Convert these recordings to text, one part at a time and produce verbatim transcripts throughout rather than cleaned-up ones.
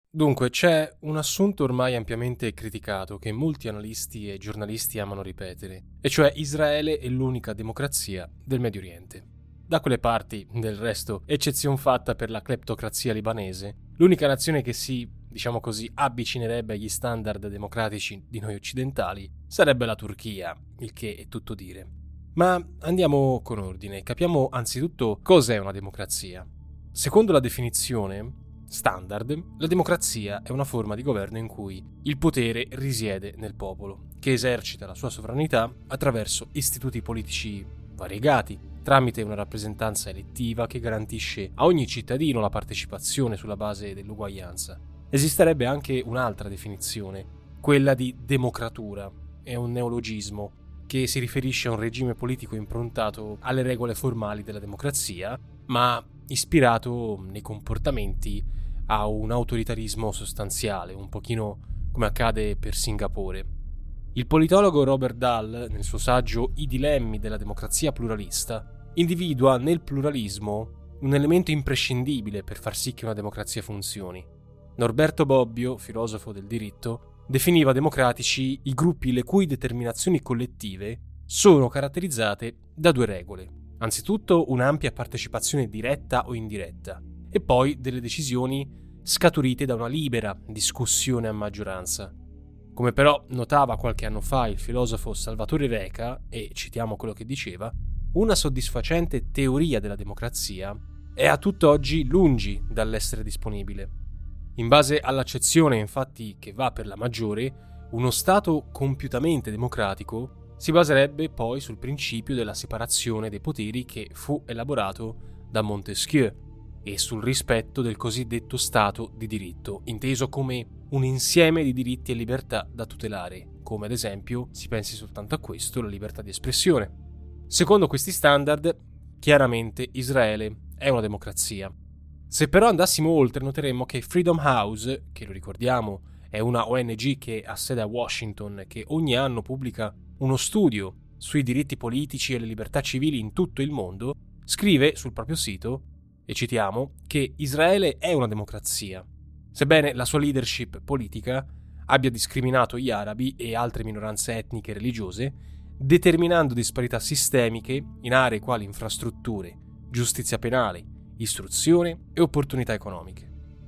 Dunque, c'è un assunto ormai ampiamente criticato che molti analisti e giornalisti amano ripetere, e cioè Israele è l'unica democrazia del Medio Oriente. Da quelle parti, del resto, eccezion fatta per la cleptocrazia libanese, l'unica nazione che si, diciamo così, avvicinerebbe agli standard democratici di noi occidentali sarebbe la Turchia, il che è tutto dire. Ma andiamo con ordine, capiamo anzitutto cos'è una democrazia. Secondo la definizione standard, la democrazia è una forma di governo in cui il potere risiede nel popolo, che esercita la sua sovranità attraverso istituti politici variegati, tramite una rappresentanza elettiva che garantisce a ogni cittadino la partecipazione sulla base dell'uguaglianza. Esisterebbe anche un'altra definizione, quella di democratura, è un neologismo che si riferisce a un regime politico improntato alle regole formali della democrazia, ma ispirato nei comportamenti a un autoritarismo sostanziale, un pochino come accade per Singapore. Il politologo Robert Dahl, nel suo saggio I dilemmi della democrazia pluralista, individua nel pluralismo un elemento imprescindibile per far sì che una democrazia funzioni. Norberto Bobbio, filosofo del diritto, definiva democratici i gruppi le cui determinazioni collettive sono caratterizzate da due regole. Anzitutto un'ampia partecipazione diretta o indiretta, e poi delle decisioni scaturite da una libera discussione a maggioranza. Come però notava qualche anno fa il filosofo Salvatore Reca, e citiamo quello che diceva, una soddisfacente teoria della democrazia è a tutt'oggi lungi dall'essere disponibile. In base all'accezione, infatti, che va per la maggiore, uno Stato compiutamente democratico si baserebbe poi sul principio della separazione dei poteri che fu elaborato da Montesquieu e sul rispetto del cosiddetto Stato di diritto, inteso come un insieme di diritti e libertà da tutelare, come ad esempio, si pensi soltanto a questo, la libertà di espressione. Secondo questi standard, chiaramente Israele è una democrazia. Se però andassimo oltre, noteremmo che Freedom House, che lo ricordiamo è una O N G che ha sede a Washington, che ogni anno pubblica uno studio sui diritti politici e le libertà civili in tutto il mondo, scrive sul proprio sito, e citiamo, che Israele è una democrazia, sebbene la sua leadership politica abbia discriminato gli arabi e altre minoranze etniche e religiose, determinando disparità sistemiche in aree quali infrastrutture, giustizia penale, istruzione e opportunità economiche.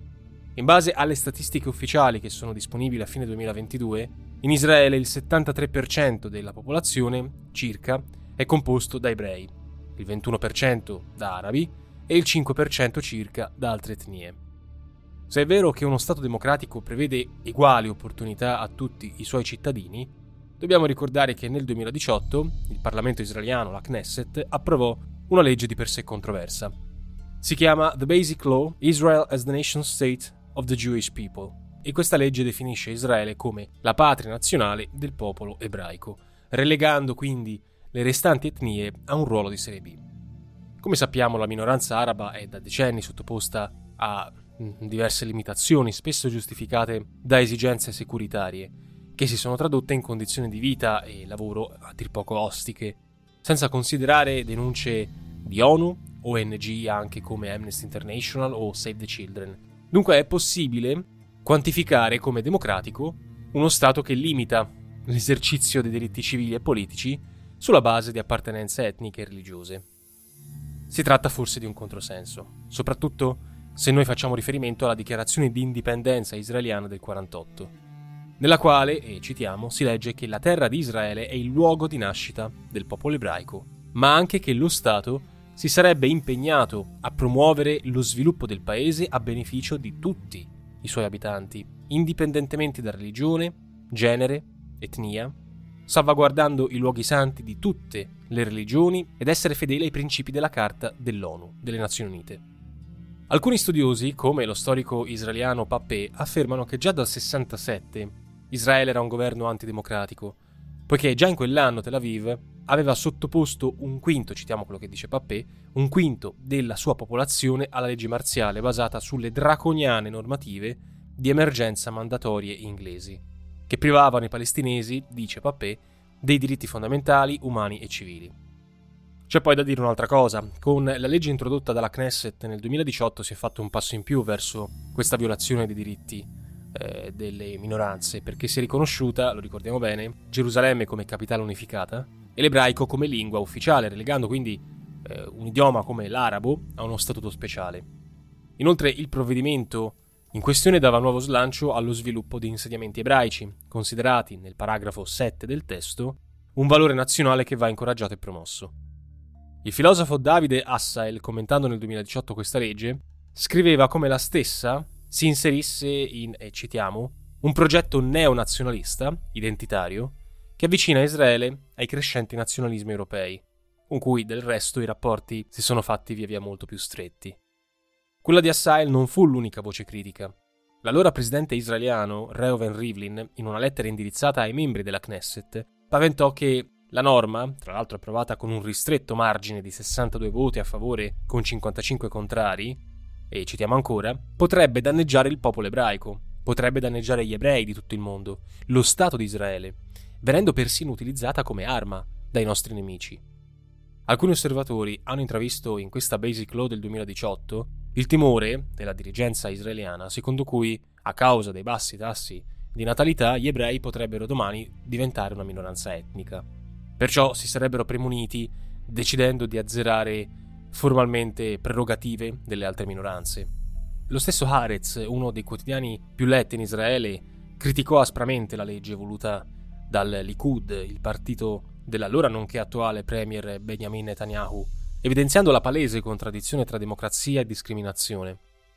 In base alle statistiche ufficiali che sono disponibili a fine duemilaventidue, in Israele il settantatré per cento della popolazione, circa, è composto da ebrei, il ventuno per cento da arabi e il cinque per cento circa da altre etnie. Se è vero che uno Stato democratico prevede uguali opportunità a tutti i suoi cittadini, dobbiamo ricordare che nel duemiladiciotto il Parlamento israeliano, la Knesset, approvò una legge di per sé controversa. Si chiama The Basic Law, Israel as the Nation State of the Jewish People, e questa legge definisce Israele come la patria nazionale del popolo ebraico, relegando quindi le restanti etnie a un ruolo di serie B. Come sappiamo, la minoranza araba è da decenni sottoposta a diverse limitazioni, spesso giustificate da esigenze securitarie, che si sono tradotte in condizioni di vita e lavoro a dir poco ostiche, senza considerare denunce di ONU, O N G anche come Amnesty International o Save the Children. Dunque è possibile quantificare come democratico uno Stato che limita l'esercizio dei diritti civili e politici sulla base di appartenenze etniche e religiose. Si tratta forse di un controsenso, soprattutto se noi facciamo riferimento alla dichiarazione di indipendenza israeliana del quarantotto, nella quale, e citiamo, si legge che la terra di Israele è il luogo di nascita del popolo ebraico, ma anche che lo Stato si sarebbe impegnato a promuovere lo sviluppo del paese a beneficio di tutti i suoi abitanti, indipendentemente da religione, genere, etnia, salvaguardando i luoghi santi di tutte le religioni ed essere fedele ai principi della Carta dell'ONU, delle Nazioni Unite. Alcuni studiosi, come lo storico israeliano Pappé, affermano che già dal sessantasette Israele era un governo antidemocratico, poiché già in quell'anno Tel Aviv aveva sottoposto un quinto, citiamo quello che dice Pappé, un quinto della sua popolazione alla legge marziale basata sulle draconiane normative di emergenza mandatorie inglesi, che privavano i palestinesi, dice Pappé, dei diritti fondamentali, umani e civili. C'è poi da dire un'altra cosa: con la legge introdotta dalla Knesset nel duemiladiciotto si è fatto un passo in più verso questa violazione dei diritti eh, delle minoranze, perché si è riconosciuta, lo ricordiamo bene, Gerusalemme come capitale unificata e l'ebraico come lingua ufficiale, relegando quindi eh, un idioma come l'arabo a uno statuto speciale. Inoltre il provvedimento in questione dava nuovo slancio allo sviluppo di insediamenti ebraici, considerati nel paragrafo sette del testo un valore nazionale che va incoraggiato e promosso. Il filosofo Davide Assael, commentando nel duemiladiciotto questa legge, scriveva come la stessa si inserisse in, e citiamo, un progetto neonazionalista, identitario, che avvicina Israele ai crescenti nazionalismi europei, con cui del resto i rapporti si sono fatti via via molto più stretti. Quella di Assael non fu l'unica voce critica. L'allora presidente israeliano Reuven Rivlin, in una lettera indirizzata ai membri della Knesset, paventò che la norma, tra l'altro approvata con un ristretto margine di sessantadue voti a favore con cinquantacinque contrari, e citiamo ancora, potrebbe danneggiare il popolo ebraico, potrebbe danneggiare gli ebrei di tutto il mondo, lo Stato di Israele, venendo persino utilizzata come arma dai nostri nemici. Alcuni osservatori hanno intravisto in questa Basic Law del duemiladiciotto il timore della dirigenza israeliana, secondo cui, a causa dei bassi tassi di natalità, gli ebrei potrebbero domani diventare una minoranza etnica. Perciò si sarebbero premuniti decidendo di azzerare formalmente prerogative delle altre minoranze. Lo stesso Haaretz, uno dei quotidiani più letti in Israele, criticò aspramente la legge voluta dal Likud, il partito dell'allora nonché attuale premier Benjamin Netanyahu, evidenziando la palese contraddizione tra democrazia e discriminazione.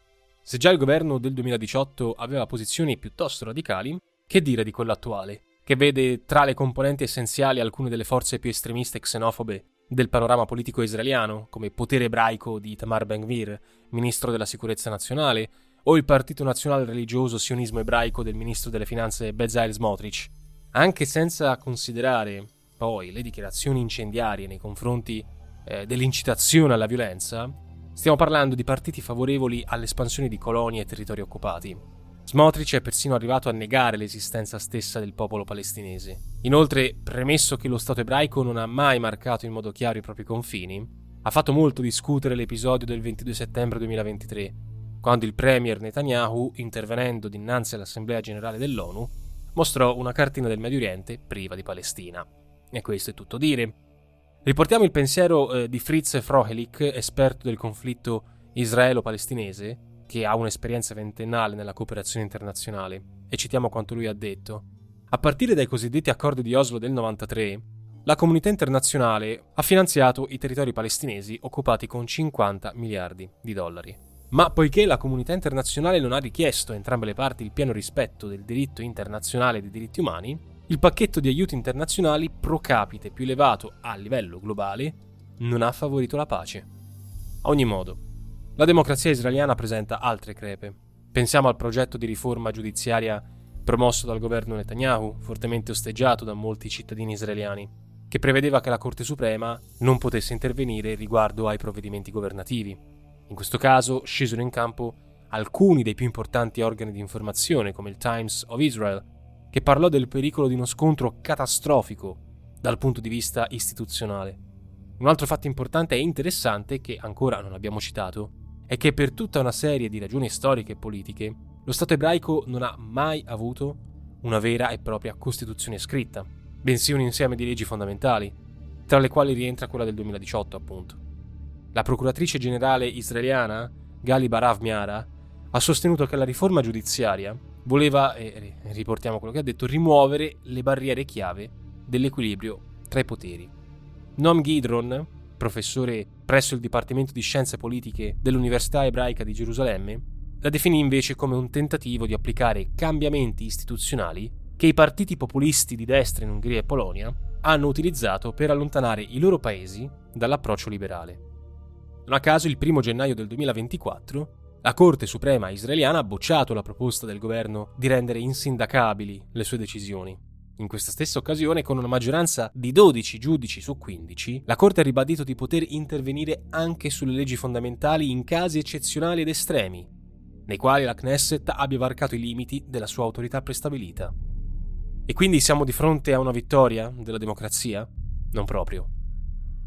Se già il governo del duemiladiciotto aveva posizioni piuttosto radicali, che dire di quello attuale, che vede tra le componenti essenziali alcune delle forze più estremiste e xenofobe del panorama politico israeliano, come il potere ebraico di Itamar Ben-Gvir, ministro della sicurezza nazionale, o il partito nazionale religioso sionismo ebraico del ministro delle finanze Bezalel Smotrich. Anche senza considerare poi le dichiarazioni incendiarie nei confronti eh, dell'incitazione alla violenza, stiamo parlando di partiti favorevoli all'espansione di colonie e territori occupati. Smotrich è persino arrivato a negare l'esistenza stessa del popolo palestinese. Inoltre, premesso che lo Stato ebraico non ha mai marcato in modo chiaro i propri confini, ha fatto molto discutere l'episodio del ventidue settembre duemilaventitré, quando il premier Netanyahu, intervenendo dinanzi all'Assemblea Generale dell'ONU, mostrò una cartina del Medio Oriente priva di Palestina. E questo è tutto dire. Riportiamo il pensiero eh, di Fritz Froelich, esperto del conflitto israelo-palestinese, che ha un'esperienza ventennale nella cooperazione internazionale, e citiamo quanto lui ha detto. A partire dai cosiddetti accordi di Oslo del novantatré, la comunità internazionale ha finanziato i territori palestinesi occupati con cinquanta miliardi di dollari. Ma poiché la comunità internazionale non ha richiesto a entrambe le parti il pieno rispetto del diritto internazionale e dei diritti umani, il pacchetto di aiuti internazionali pro capite più elevato a livello globale non ha favorito la pace. A ogni modo, la democrazia israeliana presenta altre crepe. Pensiamo al progetto di riforma giudiziaria promosso dal governo Netanyahu, fortemente osteggiato da molti cittadini israeliani, che prevedeva che la Corte Suprema non potesse intervenire riguardo ai provvedimenti governativi. In questo caso scesero in campo alcuni dei più importanti organi di informazione, come il Times of Israel, che parlò del pericolo di uno scontro catastrofico dal punto di vista istituzionale. Un altro fatto importante e interessante, che ancora non abbiamo citato, è che per tutta una serie di ragioni storiche e politiche, lo Stato ebraico non ha mai avuto una vera e propria Costituzione scritta, bensì un insieme di leggi fondamentali, tra le quali rientra quella del duemiladiciotto, appunto. La procuratrice generale israeliana, Gali Barav Miara, ha sostenuto che la riforma giudiziaria voleva, e riportiamo quello che ha detto, rimuovere le barriere chiave dell'equilibrio tra i poteri. Noam Gidron, professore presso il Dipartimento di Scienze Politiche dell'Università Ebraica di Gerusalemme, la definì invece come un tentativo di applicare cambiamenti istituzionali che i partiti populisti di destra in Ungheria e Polonia hanno utilizzato per allontanare i loro paesi dall'approccio liberale. Non a caso, il primo gennaio del duemilaventiquattro, la Corte Suprema israeliana ha bocciato la proposta del governo di rendere insindacabili le sue decisioni. In questa stessa occasione, con una maggioranza di dodici giudici su quindici, la Corte ha ribadito di poter intervenire anche sulle leggi fondamentali in casi eccezionali ed estremi, nei quali la Knesset abbia varcato i limiti della sua autorità prestabilita. E quindi siamo di fronte a una vittoria della democrazia? Non proprio.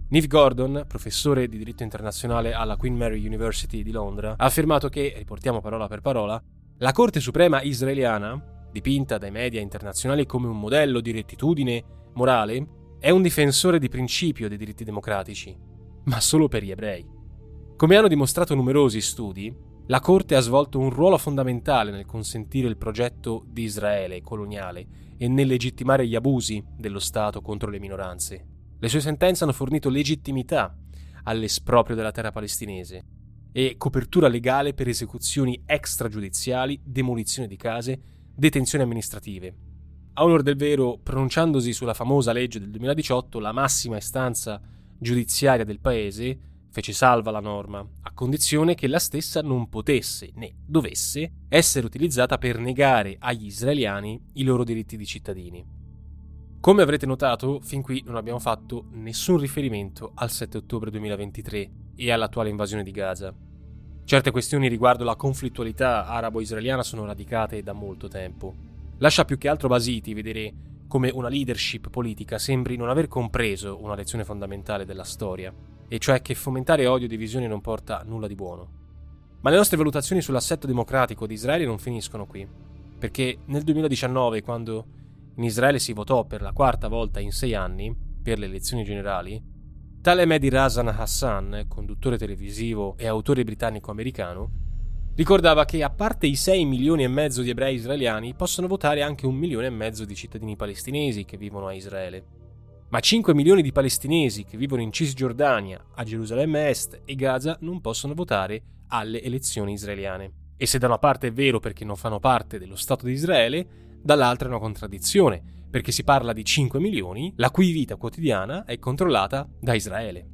Niv Gordon, professore di diritto internazionale alla Queen Mary University di Londra, ha affermato che, riportiamo parola per parola, la Corte Suprema israeliana, dipinta dai media internazionali come un modello di rettitudine morale, è un difensore di principio dei diritti democratici, ma solo per gli ebrei. Come hanno dimostrato numerosi studi, la Corte ha svolto un ruolo fondamentale nel consentire il progetto di Israele coloniale e nel legittimare gli abusi dello Stato contro le minoranze. Le sue sentenze hanno fornito legittimità all'esproprio della terra palestinese e copertura legale per esecuzioni extragiudiziali, demolizione di case, detenzioni amministrative. A onor del vero, pronunciandosi sulla famosa legge del duemiladiciotto, la massima istanza giudiziaria del paese fece salva la norma, a condizione che la stessa non potesse né dovesse essere utilizzata per negare agli israeliani i loro diritti di cittadini. Come avrete notato, fin qui non abbiamo fatto nessun riferimento al sette ottobre duemilaventitré e all'attuale invasione di Gaza. Certe questioni riguardo la conflittualità arabo-israeliana sono radicate da molto tempo. Lascia più che altro basiti vedere come una leadership politica sembri non aver compreso una lezione fondamentale della storia, e cioè che fomentare odio e divisioni non porta nulla di buono. Ma le nostre valutazioni sull'assetto democratico di Israele non finiscono qui, perché nel duemiladiciannove, quando in Israele si votò per la quarta volta in sei anni per le elezioni generali, tale Mehdi Razan Hassan, conduttore televisivo e autore britannico-americano, ricordava che a parte i sei milioni e mezzo di ebrei israeliani possono votare anche un milione e mezzo di cittadini palestinesi che vivono a Israele. Ma cinque milioni di palestinesi che vivono in Cisgiordania, a Gerusalemme Est e Gaza non possono votare alle elezioni israeliane. E se da una parte è vero perché non fanno parte dello Stato di Israele, dall'altra è una contraddizione, perché si parla di cinque milioni, la cui vita quotidiana è controllata da Israele.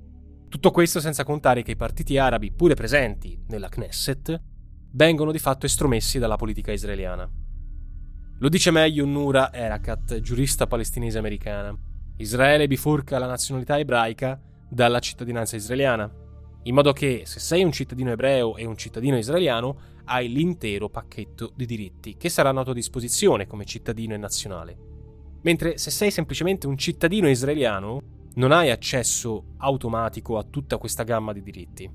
Tutto questo senza contare che i partiti arabi, pure presenti nella Knesset, vengono di fatto estromessi dalla politica israeliana. Lo dice meglio Noura Erakat, giurista palestinese americana. Israele bifurca la nazionalità ebraica dalla cittadinanza israeliana, in modo che se sei un cittadino ebreo e un cittadino israeliano hai l'intero pacchetto di diritti che saranno a tua disposizione come cittadino e nazionale. Mentre se sei semplicemente un cittadino israeliano non hai accesso automatico a tutta questa gamma di diritti.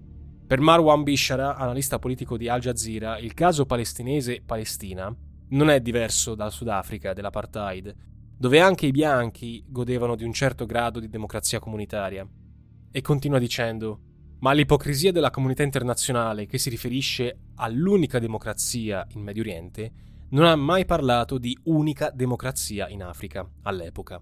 Per Marwan Bishara, analista politico di Al Jazeera, il caso palestinese-Palestina non è diverso dal Sudafrica e dell'apartheid, dove anche i bianchi godevano di un certo grado di democrazia comunitaria. E continua dicendo: ma l'ipocrisia della comunità internazionale, che si riferisce all'unica democrazia in Medio Oriente, non ha mai parlato di unica democrazia in Africa all'epoca.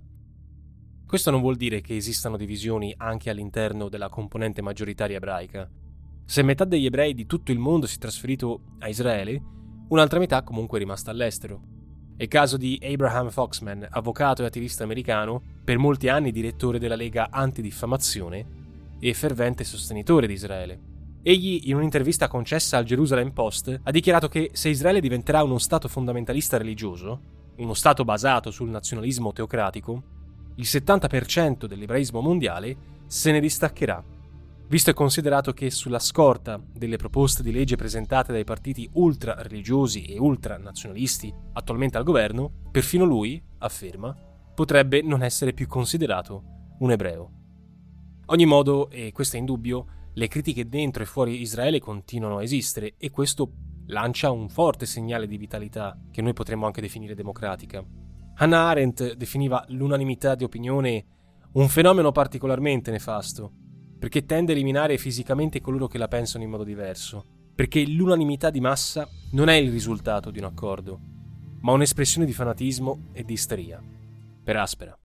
Questo non vuol dire che esistano divisioni anche all'interno della componente maggioritaria ebraica. Se metà degli ebrei di tutto il mondo si è trasferito a Israele, un'altra metà comunque è rimasta all'estero. È il caso di Abraham Foxman, avvocato e attivista americano, per molti anni direttore della Lega Antidiffamazione e fervente sostenitore di Israele. Egli, in un'intervista concessa al Jerusalem Post, ha dichiarato che se Israele diventerà uno stato fondamentalista religioso, uno stato basato sul nazionalismo teocratico, il settanta per cento dell'ebraismo mondiale se ne distaccherà, visto e considerato che sulla scorta delle proposte di legge presentate dai partiti ultra-religiosi e ultra-nazionalisti attualmente al governo, perfino lui, afferma, potrebbe non essere più considerato un ebreo. Ogni modo, e questo è indubbio, le critiche dentro e fuori Israele continuano a esistere e questo lancia un forte segnale di vitalità che noi potremmo anche definire democratica. Hannah Arendt definiva l'unanimità di opinione un fenomeno particolarmente nefasto, perché tende a eliminare fisicamente coloro che la pensano in modo diverso, perché l'unanimità di massa non è il risultato di un accordo, ma un'espressione di fanatismo e di isteria. Per Aspera.